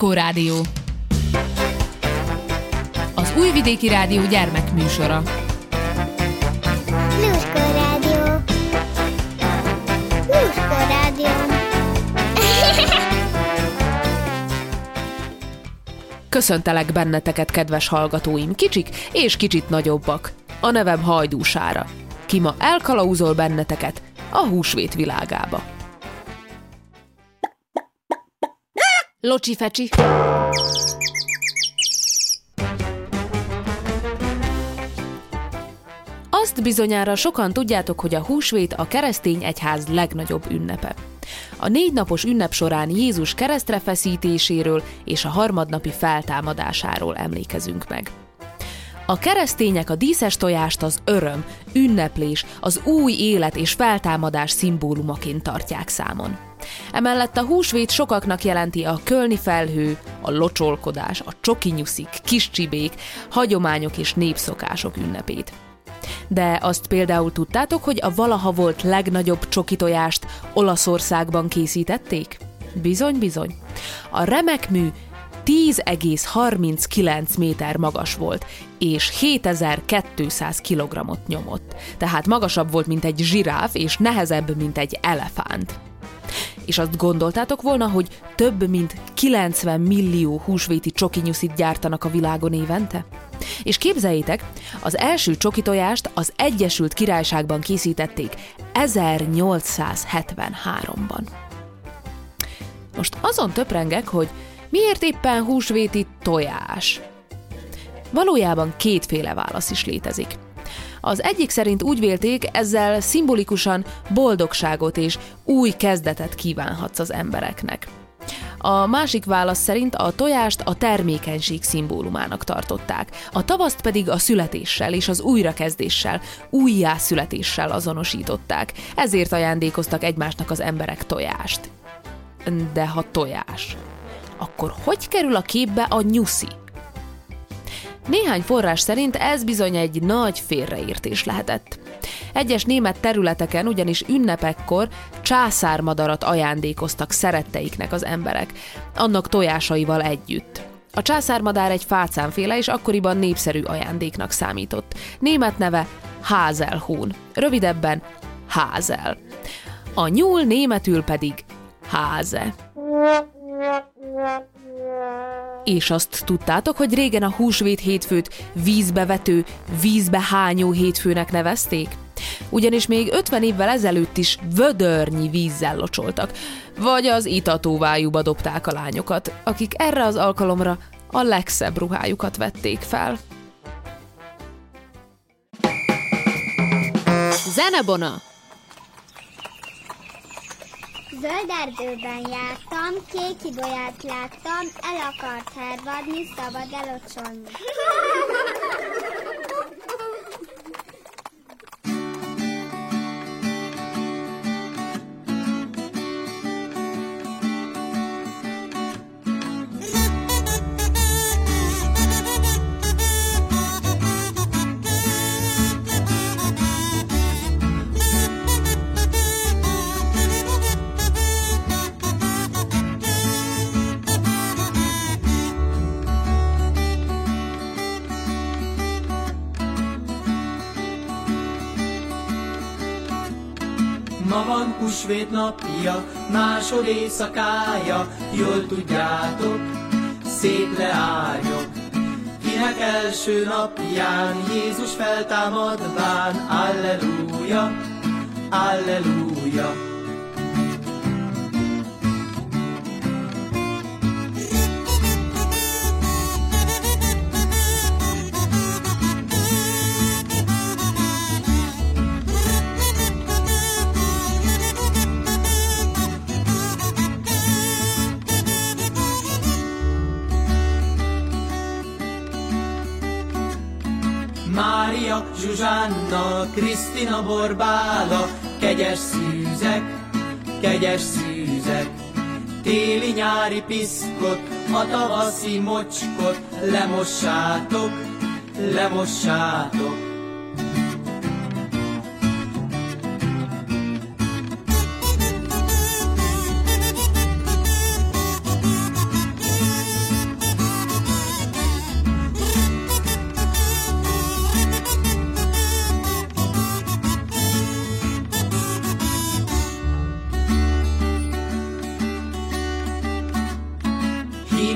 Lluskó Rádió. Az Újvidéki Rádió gyermekműsora. Lluskó Rádió. Lluskó Rádió. Köszöntelek benneteket, kedves hallgatóim, kicsik és kicsit nagyobbak. A nevem Hajdú Sára, ki ma elkalauzol benneteket a húsvét világába. Locsi-fecsi! Azt bizonyára sokan tudjátok, hogy a húsvét a keresztény egyház legnagyobb ünnepe. A 4 napos ünnep során Jézus keresztre feszítéséről és a harmadnapi feltámadásáról emlékezünk meg. A keresztények a díszes tojást az öröm, ünneplés, az új élet és feltámadás szimbólumaként tartják számon. Emellett a húsvét sokaknak jelenti a kölni felhő, a locsolkodás, a csokinyuszik, kis csibék, hagyományok és népszokások ünnepét. De azt például tudtátok, hogy a valaha volt legnagyobb csokitojást Olaszországban készítették? Bizony. A remek mű 10,39 méter magas volt, és 7200 kilogrammot nyomott. Tehát magasabb volt, mint egy zsiráf, és nehezebb, mint egy elefánt. És azt gondoltátok volna, hogy több mint 90 millió húsvéti csokinyuszit gyártanak a világon évente? És képzeljétek, az első csokitojást az Egyesült Királyságban készítették 1873-ban. Most azon töprengek, hogy miért éppen húsvéti tojás? Valójában 2 féle válasz is létezik. Az egyik szerint úgy vélték, ezzel szimbolikusan boldogságot és új kezdetet kívánhatsz az embereknek. A másik válasz szerint a tojást a termékenység szimbólumának tartották, a tavaszt pedig a születéssel és az újrakezdéssel, újjászületéssel azonosították, ezért ajándékoztak egymásnak az emberek tojást. De ha tojás, akkor hogy kerül a képbe a nyuszi? Néhány forrás szerint ez bizony egy nagy félreértés lehetett. Egyes német területeken ugyanis ünnepekkor császármadarat ajándékoztak szeretteiknek az emberek, annak tojásaival együtt. A császármadár egy fácánféle és akkoriban népszerű ajándéknak számított. Német neve Haselhuhn, rövidebben Házel. A nyúl németül pedig Hase. És azt tudtátok, hogy régen a húsvét hétfőt vízbevető, vízbehányó hétfőnek nevezték? Ugyanis még 50 évvel ezelőtt is vödörnyi vízzel locsoltak, vagy az itatóvájúba dobták a lányokat, akik erre az alkalomra a legszebb ruhájukat vették fel. Zenebona! Zöld erdőben jártam, kék ibolyát láttam, el akart hervadni, szabad elocsolni. Ma van húsvét napja, másod éjszakája, jól tudjátok, szép leányok. Kinek első napján Jézus feltámadván, alleluja, alleluja. Mária, Zsuzsánna, Krisztina, Borbála, kegyes szűzek, téli-nyári piszkot, a tavaszi mocskot, lemossátok.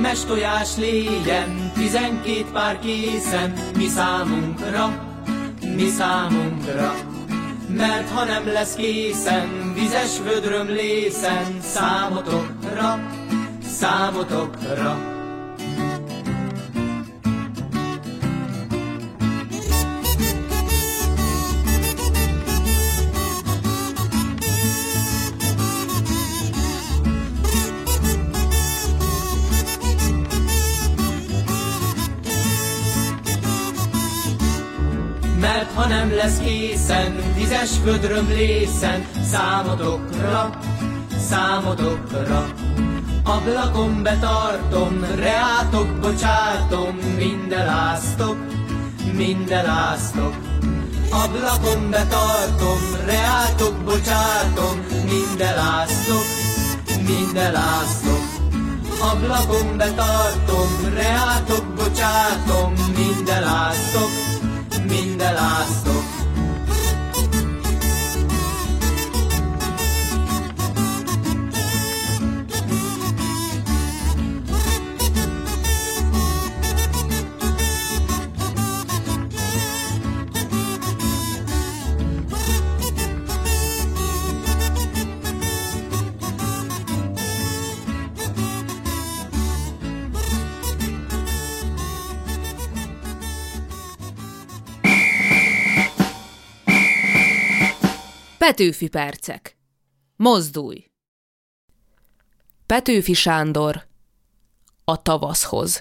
Nemes tojás légyen, 12 pár készen, mi számunkra, mi számunkra. Mert ha nem lesz készen, vizes vödröm lészen, számotokra, számotokra. Mert ha nem lesz készen, vizes vödröm lészen, számotokra, számotokra. Ablakon betartom, reátok bocsátom, minden áztok, minden áztok. Ablakon betartom, reátok bocsátom, minden áztok, minden áztok. Ablakon betartom, reátok bocsátom, minden áztok, minden áztok. Petőfi percek. Mozdulj! Petőfi Sándor. A tavaszhoz.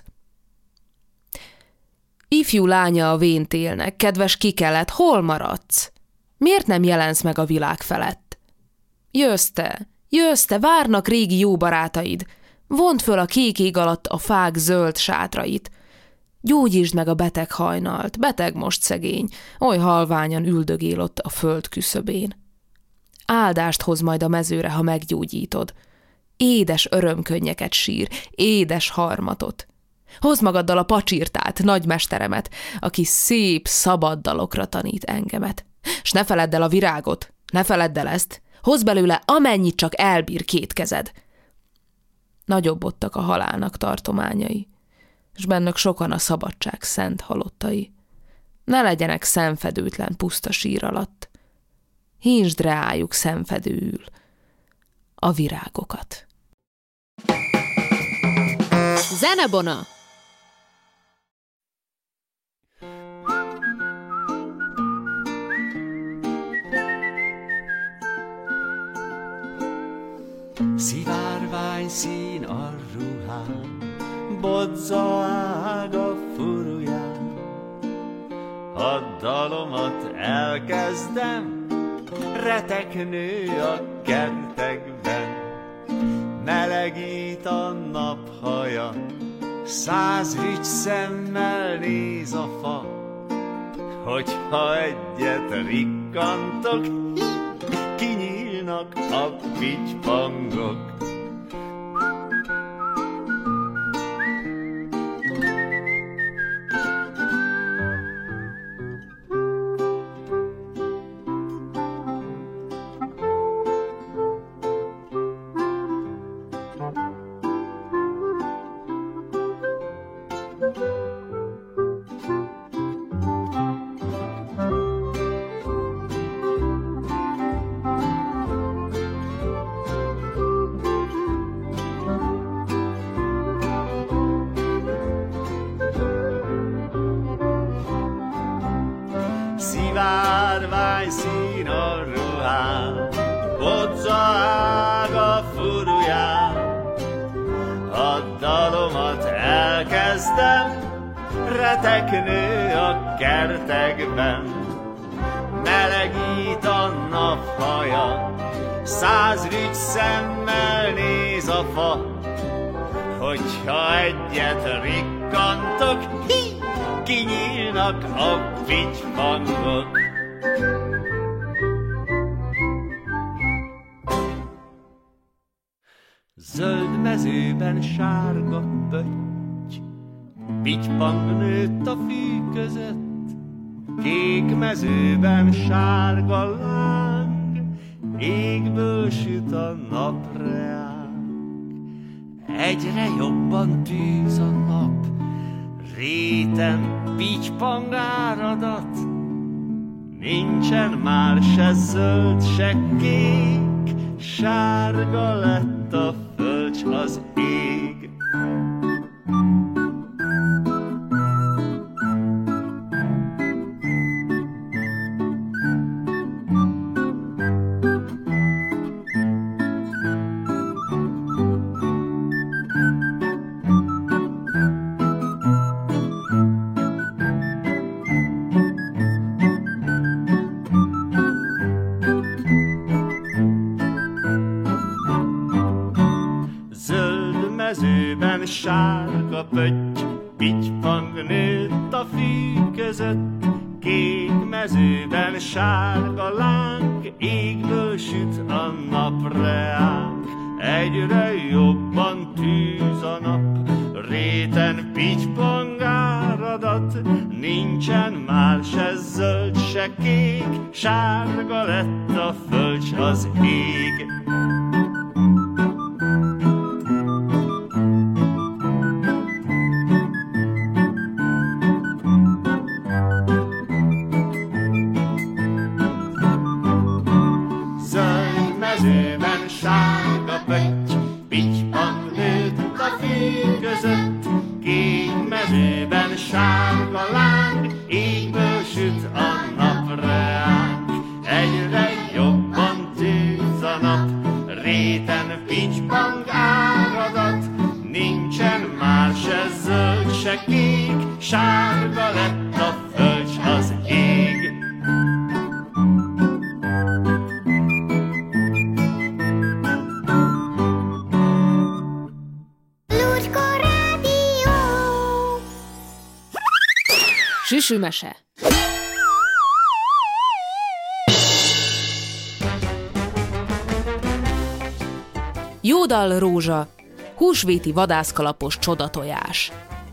Ifjú lánya a véntélnek, kedves Kikelet, hol maradsz? Miért nem jelensz meg a világ felett? Jössz te, várnak régi jó barátaid. Vondd föl a kék ég alatt a fák zöld sátrait. Gyógyítsd meg a beteg hajnalt, beteg most szegény, oly halványan üldögél ott a föld küszöbén. Áldást hoz majd a mezőre, ha meggyógyítod. Édes örömkönnyeket sír, édes harmatot. Hozd magaddal a pacsirtát, nagymesteremet, aki szép, szabad dalokra tanít engemet. S ne feledd el a virágot, ne feledd el ezt, hozd belőle amennyit csak elbír két kezed. Nagyobbodtak a halálnak tartományai, s bennök sokan a szabadság szent halottai. Ne legyenek szemfedőtlen puszta sír alatt. Hínsd reájuk szemfedőül a virágokat. Zenebona! Szivárvány szín a ruhám, bodza ág a furujám. A dalomat elkezdem, retek nő a kertekben. Melegít a naphaja, 100 rügy szemmel néz a fa. Hogyha egyet rikkantok, kinyílnak a pitypangok. Szivárvány szín a ruhám, bodza ág a furujám. A dalomat elkezdem, retek nő a kertekben. Melegít a naphaja, 100 rügy szemmel néz a fa. Hogyha egyet rikkantok, kinyílnak a pitypangok. Zöld mezőben sárga pötty, pitypang nőtt a fű között. Kék mezőben sárga láng, égből süt a napreák. egyre jobban tűz a nap, réten pitypang áradat, nincsen már se zöld, se kék, sárga lett a föld, az ég. Mezőben sárga pötty, pitypang nőtt a fű között, kék mezőben sárga láng, égből süt a napreánk. Egyre jobban tűz a nap, réten pitypang áradat, nincsen már se zöld, se kék, sárga lett a föld, az ég. Mezőben sárga pötty, pitypang nőtt a fű között, kék mezőben sárga láng, égből süt a napreánk. Egyre jobban tűz a nap, réten pitypang áradat, nincsen már se zöld, se kék, sárga lett a föld, az ég. Süsümese. Jódal rózsa, húsvéti vadászkalapos csodatojás.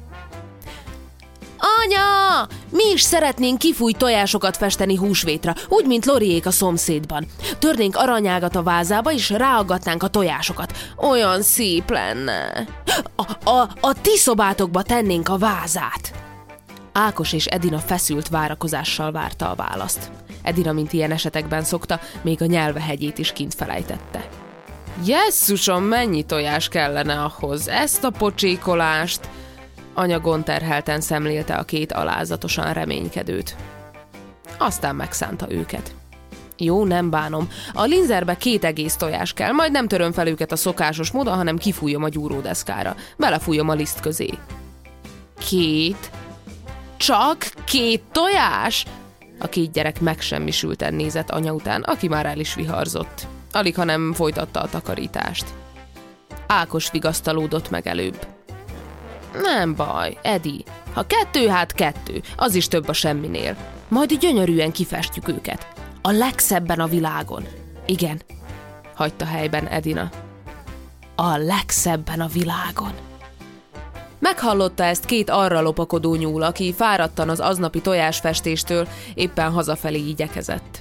Anya! Mi is szeretnénk kifújt tojásokat festeni húsvétra, úgy, mint Loriék a szomszédban. Törnénk aranyágat a vázába, és ráaggatnánk a tojásokat. Olyan szép lenne. A ti szobátokba tennénk a vázát. Ákos és Edina feszült várakozással várta a választ. Edina, mint ilyen esetekben szokta, még a nyelvehegyét is kint felejtette. Jesszusom, mennyi tojás kellene ahhoz, ezt a pocsékolást? Anya gondterhelten szemlélte a két alázatosan reménykedőt. Aztán megszánta őket. Jó, nem bánom. A linzerbe 2 egész tojás kell, majd nem töröm fel őket a szokásos módon, hanem kifújom a gyúródeszkára. Belefújom a liszt közé. 2? Csak 2 tojás? A 2 gyerek megsemmisülten nézett anya után, aki már el is viharzott. Alig, ha nem folytatta a takarítást. Ákos vigasztalódott meg előbb. Nem baj, Edi. Ha 2, hát 2. Az is több a semminél. Majd gyönyörűen kifestjük őket. A legszebben a világon. Igen, hagyta helyben Edina. A legszebben a világon. Meghallotta ezt 2 arra lopakodó nyúl, aki fáradtan az aznapi tojásfestéstől éppen hazafelé igyekezett.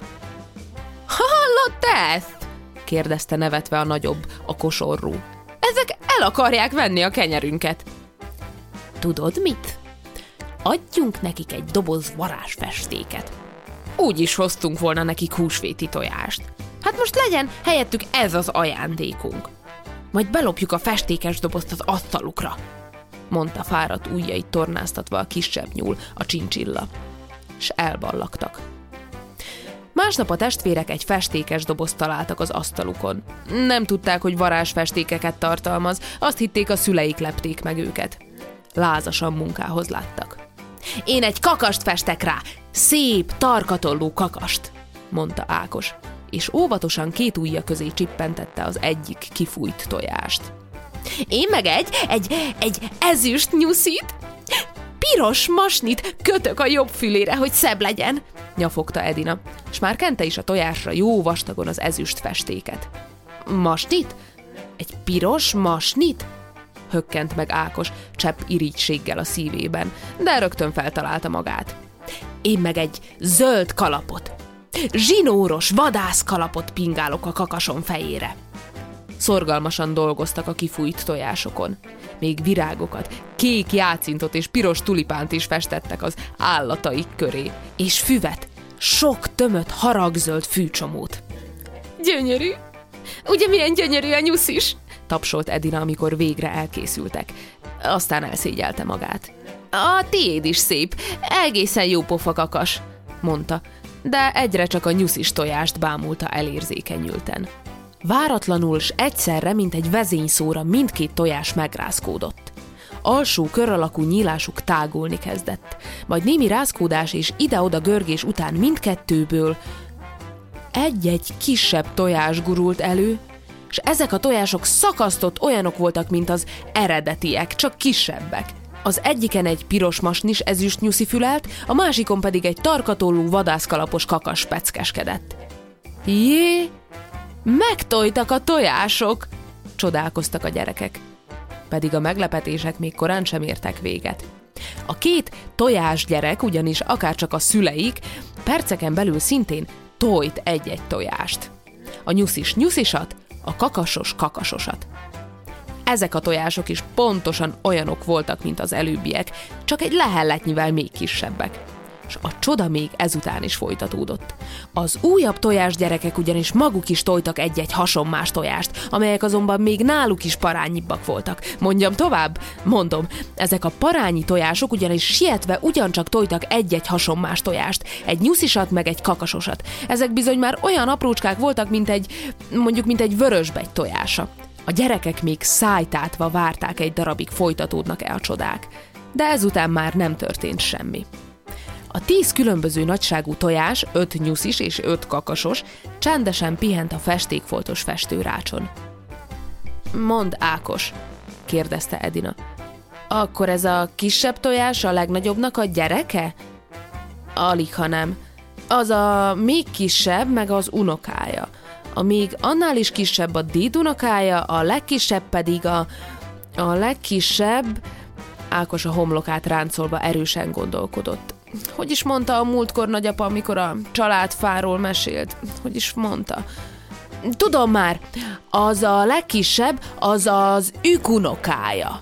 Hallott ezt? kérdezte nevetve a nagyobb, a kosorrú. Ezek el akarják venni a kenyerünket. Tudod mit? Adjunk nekik egy doboz varázsfestéket. Úgy is hoztunk volna nekik húsvéti tojást. Hát most legyen helyettük ez az ajándékunk. Majd belopjuk a festékes dobozt az asztalukra, mondta fáradt ujjait tornáztatva a kisebb nyúl, a csincsilla. S elballagtak. Másnap a testvérek egy festékes dobozt találtak az asztalukon. Nem tudták, hogy varázsfestékeket tartalmaz, azt hitték, a szüleik lepték meg őket. Lázasan munkához láttak. Én egy kakast festek rá, szép, tarkatollú kakast, mondta Ákos, és óvatosan 2 ujja közé csippentette az egyik kifújt tojást. Én meg egy ezüst nyuszit, piros masnit kötök a jobb fülére, hogy szebb legyen, nyafogta Edina, s már kente is a tojásra jó vastagon az ezüst festéket. Masnit? Egy piros masnit? Hökkent meg Ákos csepp irigységgel a szívében, de rögtön feltalálta magát. Én meg egy zöld kalapot, zsinóros vadászkalapot pingálok a kakason fejére. Szorgalmasan dolgoztak a kifújt tojásokon. Még virágokat, kék jácintot és piros tulipánt is festettek az állataik köré, és füvet, sok tömött haragzöld fűcsomót. Gyönyörű! Ugye milyen gyönyörű a nyuszis? Tapsolt Edina, amikor végre elkészültek. Aztán elszégyelte magát. A tiéd is szép, egészen jó pofa kakas, mondta, de egyre csak a nyuszis tojást bámulta elérzékenyülten. Váratlanul s egyszerre, mint egy vezényszóra mindkét tojás megrázkódott. Alsó kör alakú nyílásuk tágulni kezdett, majd némi rázkódás és ide-oda görgés után mindkettőből egy-egy kisebb tojás gurult elő, és ezek a tojások szakasztott olyanok voltak, mint az eredetiek, csak kisebbek. Az egyiken egy piros masnis ezüst nyuszi fülelt, a másikon pedig egy tarkatollú vadászkalapos kakas peckeskedett. Jé, megtojtak a tojások! Csodálkoztak a gyerekek. Pedig a meglepetések még korán sem értek véget. A két tojás gyerek, ugyanis akárcsak a szüleik, perceken belül szintén tojt egy-egy tojást. A nyuszis nyuszisat, a kakasos kakasosat. Ezek a tojások is pontosan olyanok voltak, mint az előbbiek, csak egy lehelletnyivel még kisebbek. És a csoda még ezután is folytatódott. Az újabb tojásgyerekek ugyanis maguk is tojtak egy-egy hasonmás tojást, amelyek azonban még náluk is parányibbak voltak. Mondjam tovább? Mondom, ezek a parányi tojások ugyanis sietve ugyancsak tojtak egy-egy hasonmás tojást, egy nyuszisat meg egy kakasosat. Ezek bizony már olyan aprócskák voltak, mint egy vörösbegy tojása. A gyerekek még szájtátva várták egy darabig, folytatódnak-e a csodák. De ezután már nem történt semmi. A 10 különböző nagyságú tojás, 5 nyuszis és 5 kakasos csendesen pihent a festékfoltos festőrácson. Mondd, Ákos, kérdezte Edina. Akkor ez a kisebb tojás a legnagyobbnak a gyereke? Aligha nem. Az a még kisebb, meg az unokája. A még annál is kisebb a dédunokája, a legkisebb pedig a legkisebb... Ákos a homlokát ráncolva erősen gondolkodott. Hogy is mondta a múltkor nagyapa, amikor a családfáról mesélt? Hogy is mondta? Tudom már, az a legkisebb, az az ükunokája.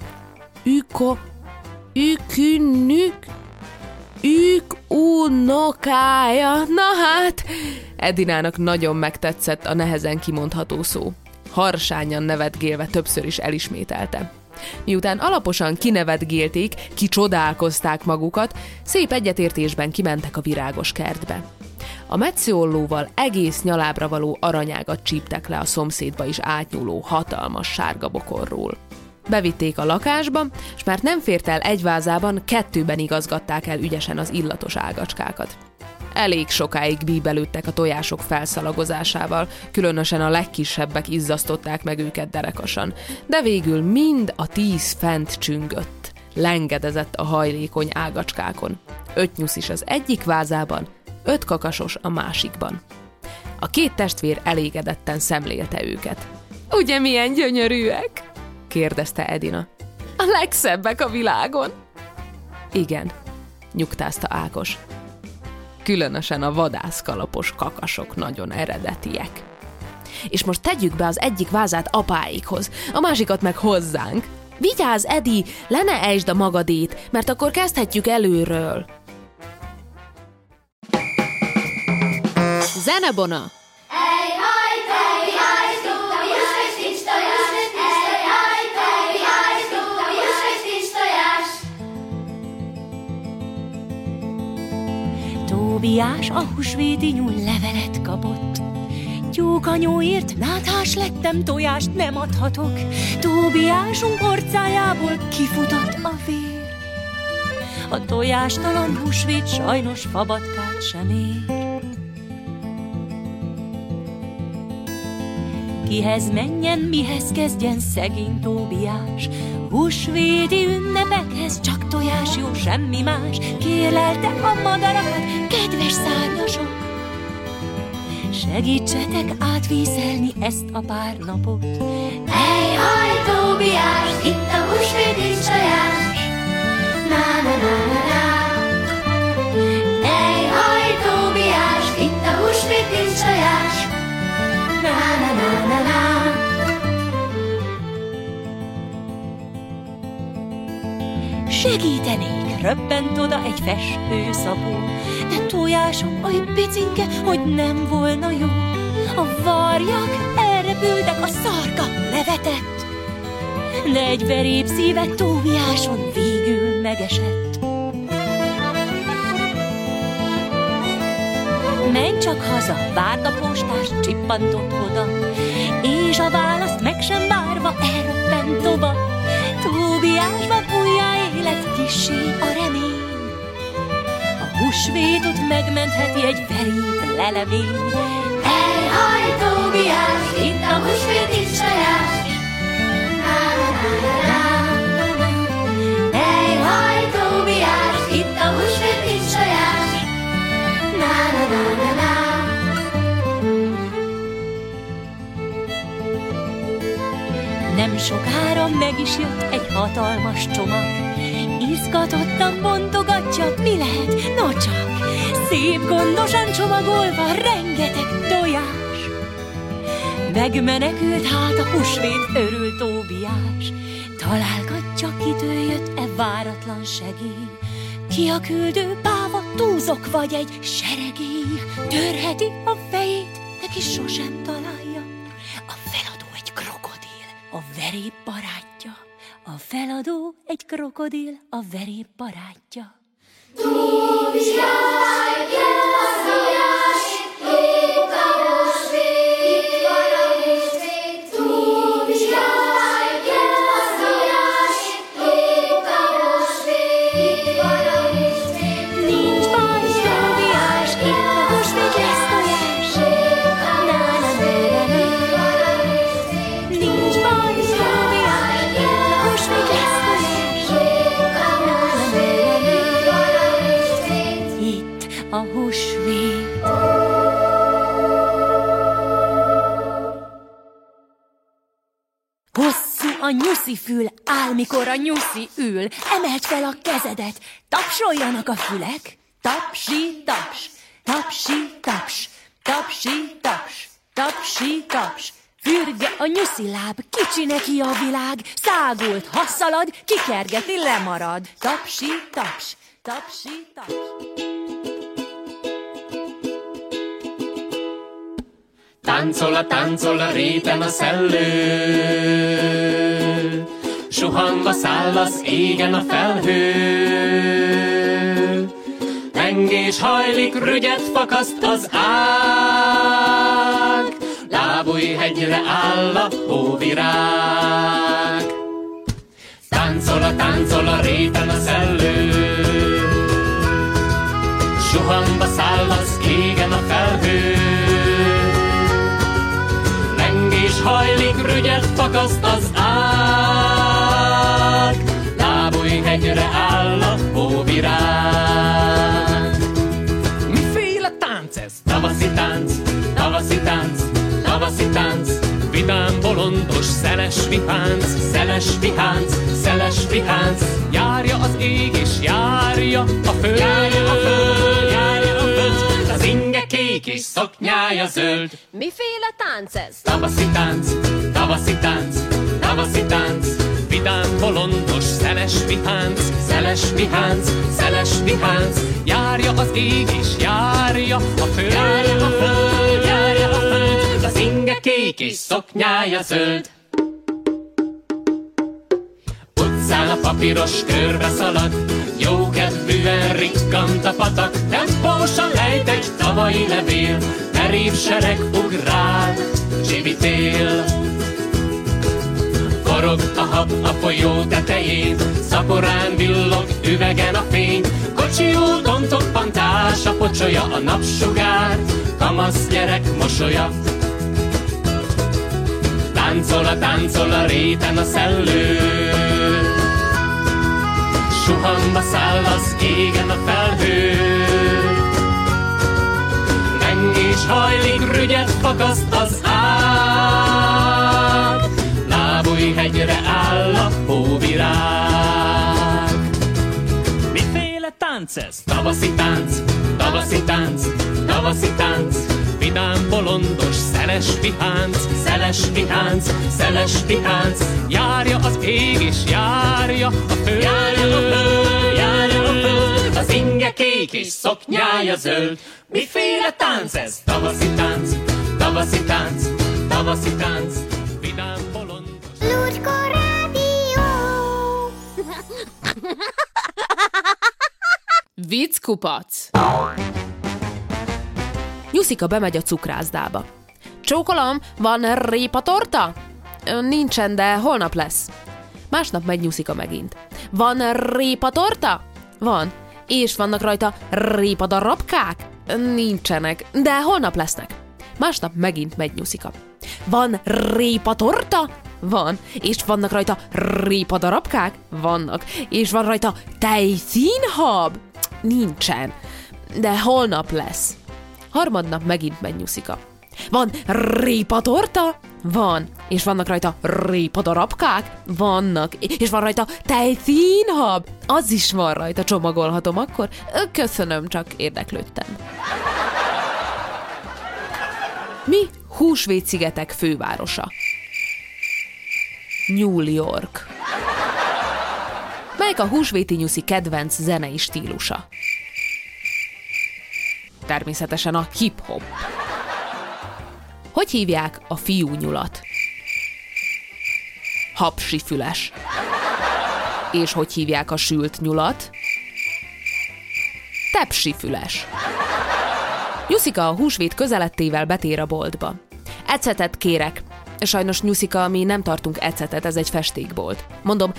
Ükunokája. Na hát, Edinának nagyon megtetszett a nehezen kimondható szó. Harsányan nevetgélve többször is elismételte. Miután alaposan kinevetgélték, kicsodálkozták magukat, szép egyetértésben kimentek a virágos kertbe. A metszőollóval egész nyalábra való aranyágat csíptek le a szomszédba is átnyúló hatalmas sárga bokorról. Bevitték a lakásba, s már nem fért el egy vázában, 2-ben igazgatták el ügyesen az illatos ágacskákat. Elég sokáig bíbelődtek a tojások felszalagozásával, különösen a legkisebbek izzasztották meg őket derekasan, de végül mind a 10 fent csüngött, lengedezett a hajlékony ágacskákon. 5 nyuszis az egyik vázában, 5 kakasos a másikban. A 2 testvér elégedetten szemlélte őket. Ugye milyen gyönyörűek? kérdezte Edina. A legszebbek a világon. Igen, nyugtázta Ákos. Különösen a vadászkalapos kakasok nagyon eredetiek. És most tegyük be az egyik vázát apáikhoz, a másikat meg hozzánk. Vigyázz, Edi, le ne ejtsd a magadét, mert akkor kezdhetjük előről. Zenebona! Tóbiás a húsvéti nyúl levelet kapott. Tyúkanyóért náthás lettem, tojást nem adhatok. Tóbiásunk orcájából kifutott a vér. A tojástalan húsvét sajnos fabatkát sem ér. Kihez menjen, mihez kezdjen szegény Tóbiás? Húsvéti ünnepekhez csak tojás jó, semmi más. Kérlelte a madarakat, kedves szárnyasok, segítsetek átvészelni ezt a pár napot. Haj, Tóbiás, itt a húsvéti tojás. Na na na na na. Haj, Tóbiás, itt a húsvéti tojás. Na na na na na. segítenék, röppent oda egy festőszapó. De tojásom oly picinke, hogy nem volna jó. A varjak elrepültek, a szarka nevetett, de egy veréb szíve Tóbiáson végül megesett. Menj csak haza, várd a postás, csippantott oda, és a választ meg sem várva elröppent tovább. Tóbiásban újjá élet, kissé a remény. A húsvétot megmentheti egy veréb lelemény. Elhaj, Tóbiás, itt a húsvét is saját. Elhaj, Tóbiás, itt a húsvét is saját. Nem sokára meg is jött egy hatalmas csomag. Izgatottan bontogatja, mi lehet, no csak. Szép gondosan csomagolva, rengeteg tojás. Megmenekült hát a húsvét, örül Tóbiás. Találgatja, kitől jött-e váratlan segély. Ki a küldő páva, túzok vagy egy seregély. Törheti a fejét, neki sosem találja. A feladó egy krokodil, a veréb barátja. A feladó egy krokodil, a veréb barátja. Tóbiás, jött a tojás, itt a húsvét, itt van a húsvét. Tóbiás, jött a tojás, itt a húsvét, itt van a húsvét. Nincs baj, Tóbiás, itt a húsvét lesz tojás. Nincs baj, Tóbiás, itt a húsvét lesz tojás. Itt a húsvét. Hosszú a nyuszi fül, áll, mikor a nyuszi ül. Emeld fel a kezedet, tapsoljanak a fülek. Tapsi, taps, tapsi, taps, tapsi, taps, tapsi, taps. Fürge a nyuszi láb, kicsi neki a világ. Szágult, ha szalad, kikergeti, lemarad. Tapsi, taps, tapsi, taps. Táncol a réten a szellő, suhanva száll az égen a felhő. Lengés hajlik, rügyet fakaszt az ág, Lábújhegyre áll a hóvirág. Táncol a réten a szellő, suhanva száll az égen a felhő. És hajlik, rügyet fakaszt az ág, Lábújhegyre áll a hóvirág. Miféle tánc ez? Tavaszi tánc, tavaszi tánc, tavaszi tánc. Vidám, bolondos, szeles vihánc, szeles vihánc, szeles vihánc. Járja az ég és járja a föld, járja a föld, járja a föld. Az inge kék és szoknyája zöld. Miféle tánc ez? Tavaszi tánc, tavaszi tánc, tavaszi tánc. Vidám, bolondos, szeles vihánc, szeles vihánc, szeles vihánc. Járja az ég és járja a föld, járja a föld, járja a föld. Az inge kék és szoknyája zöld. Utcán a papíros körbe szalad, jókedvűen rikkant a patak. Tempósan lejt egy tavai levél, merév sereg ugrál, zsivitél. Forog a hab a folyó tetején, szaporán villog üvegen a fény. Kocsi úton toppantás, a pocsolya a napsugárt, kamasz gyerek mosolya. Táncol a réten a szellő, suhanva száll az égen a felhő. Lengés hajlik, rügyet fakaszt az ág, Lábújhegyre áll a hóvirág. Miféle tánc ez? Tavaszi tánc, tavaszi tánc, tavaszi tánc. Vidám, bolondos, szeles vihánc, szeles vihánc, szeles vihánc. Járja az ég és járja a föld, járja a föld. Színe kék és szoknyája zöld. Miféle tánc ez? Tavaszi tánc, tavaszi tánc, tavaszi tánc, vidám bolondos. Lucska Rádió! Vicckupac! Nyuszika bemegy a cukrászdába. Csókolom, van répatorta? Nincsen, de holnap lesz. Másnap megy Nyuszika megint. Van répatorta? Van. És vannak rajta répadarabkák? Nincsenek, de holnap lesznek. Másnap megint megy Nyuszika. Van répatorta? Van. És vannak rajta répadarabkák? Vannak. És van rajta tejszínhab? Nincsen, de holnap lesz. Harmadnap megint megy Nyuszika. Van répatorta? Van. És vannak rajta répadarabkák? Vannak. És van rajta tejszínhab? Az is van rajta, csomagolhatom akkor? Köszönöm, csak érdeklődtem. Mi Húsvét-szigetek fővárosa? New York. Melyik a húsvéti nyuszi kedvenc zenei stílusa? Természetesen a hip-hop. Hogy hívják a fiúnyulat? Hapsifüles. És hogy hívják a sült nyulat? Tepsifüles. Nyuszika a húsvét közelettével betér a boltba. Ecetet kérek. Sajnos, Nyuszika, mi nem tartunk ecetet, ez egy festékbolt. Mondom,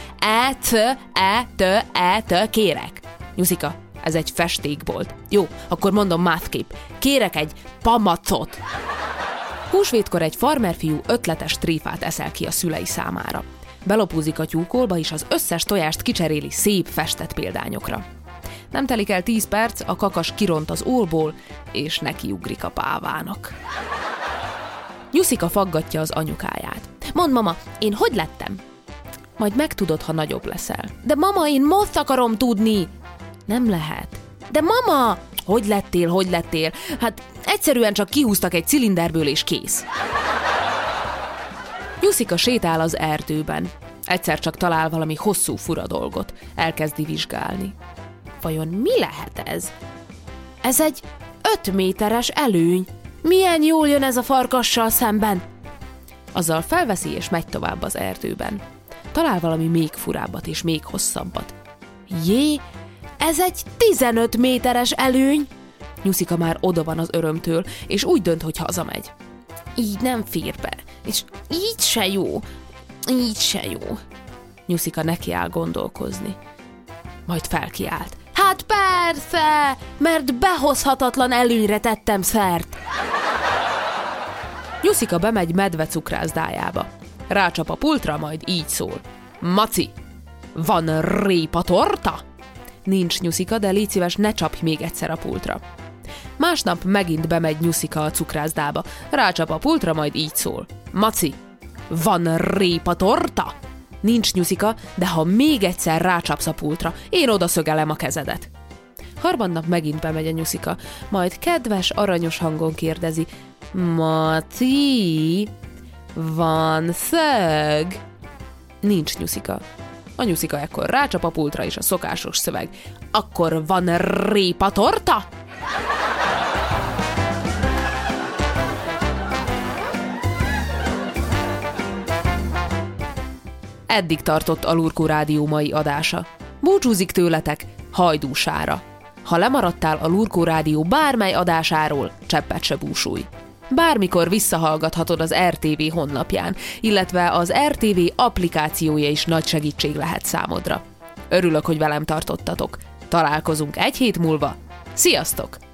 e-t, kérek. Nyuszika, ez egy festékbolt. Jó, akkor mondom másképp. Kérek egy pamacot. Húsvétkor egy farmerfiú ötletes tréfát eszel ki a szülei számára. Belopózik a tyúkolba, és az összes tojást kicseréli szép festett példányokra. Nem telik el 10 perc, a kakas kiront az ólból, és nekiugrik a pávának. Nyuszika faggatja az anyukáját. Mondd, mama, én hogy lettem? Majd megtudod, ha nagyobb leszel. De mama, én most akarom tudni. Nem lehet. De mama, hogy lettél? Hát egyszerűen csak kihúztak egy cilinderből, és kész. Nyuszika sétál az erdőben. Egyszer csak talál valami hosszú fura dolgot. Elkezdi vizsgálni. Vajon mi lehet ez? Ez egy 5 méteres előny. Milyen jól jön ez a farkassal szemben? Azzal felveszi, és megy tovább az erdőben. Talál valami még furábbat és még hosszabbat. Jé, ez egy 15 méteres előny! Nyuszika már oda van az örömtől, és úgy dönt, hogy hazamegy. Így nem fér be, és így se jó. Nyuszika nekiáll gondolkozni. Majd felkiált. Hát persze, mert behozhatatlan előnyre tettem szert. Nyuszika bemegy medve cukrászdájába. Rácsap a pultra, majd így szól. Maci, van répatorta? Nincs, Nyuszika, de légy szíves, ne csapj még egyszer a pultra. Másnap megint bemegy Nyuszika a cukrászdába. Rácsap a pultra, majd így szól. Maci, van répatorta? Nincs, Nyuszika, de ha még egyszer rácsapsz a pultra, én oda szögelem a kezedet. Harmadnap megint bemegy a Nyuszika, majd kedves, aranyos hangon kérdezi. Maci, van szög? Nincs, Nyuszika. A Nyuszika ekkor rácsap a pultra, és a szokásos szöveg. Akkor van répatorta? Eddig tartott a Lurkó Rádió mai adása. Búcsúzik tőletek Hajdúsára. Ha lemaradtál a Lurkó Rádió bármely adásáról, cseppet se búsulj. Bármikor visszahallgathatod az RTV honlapján, illetve az RTV applikációja is nagy segítség lehet számodra. Örülök, hogy velem tartottatok. Találkozunk egy hét múlva. Sziasztok!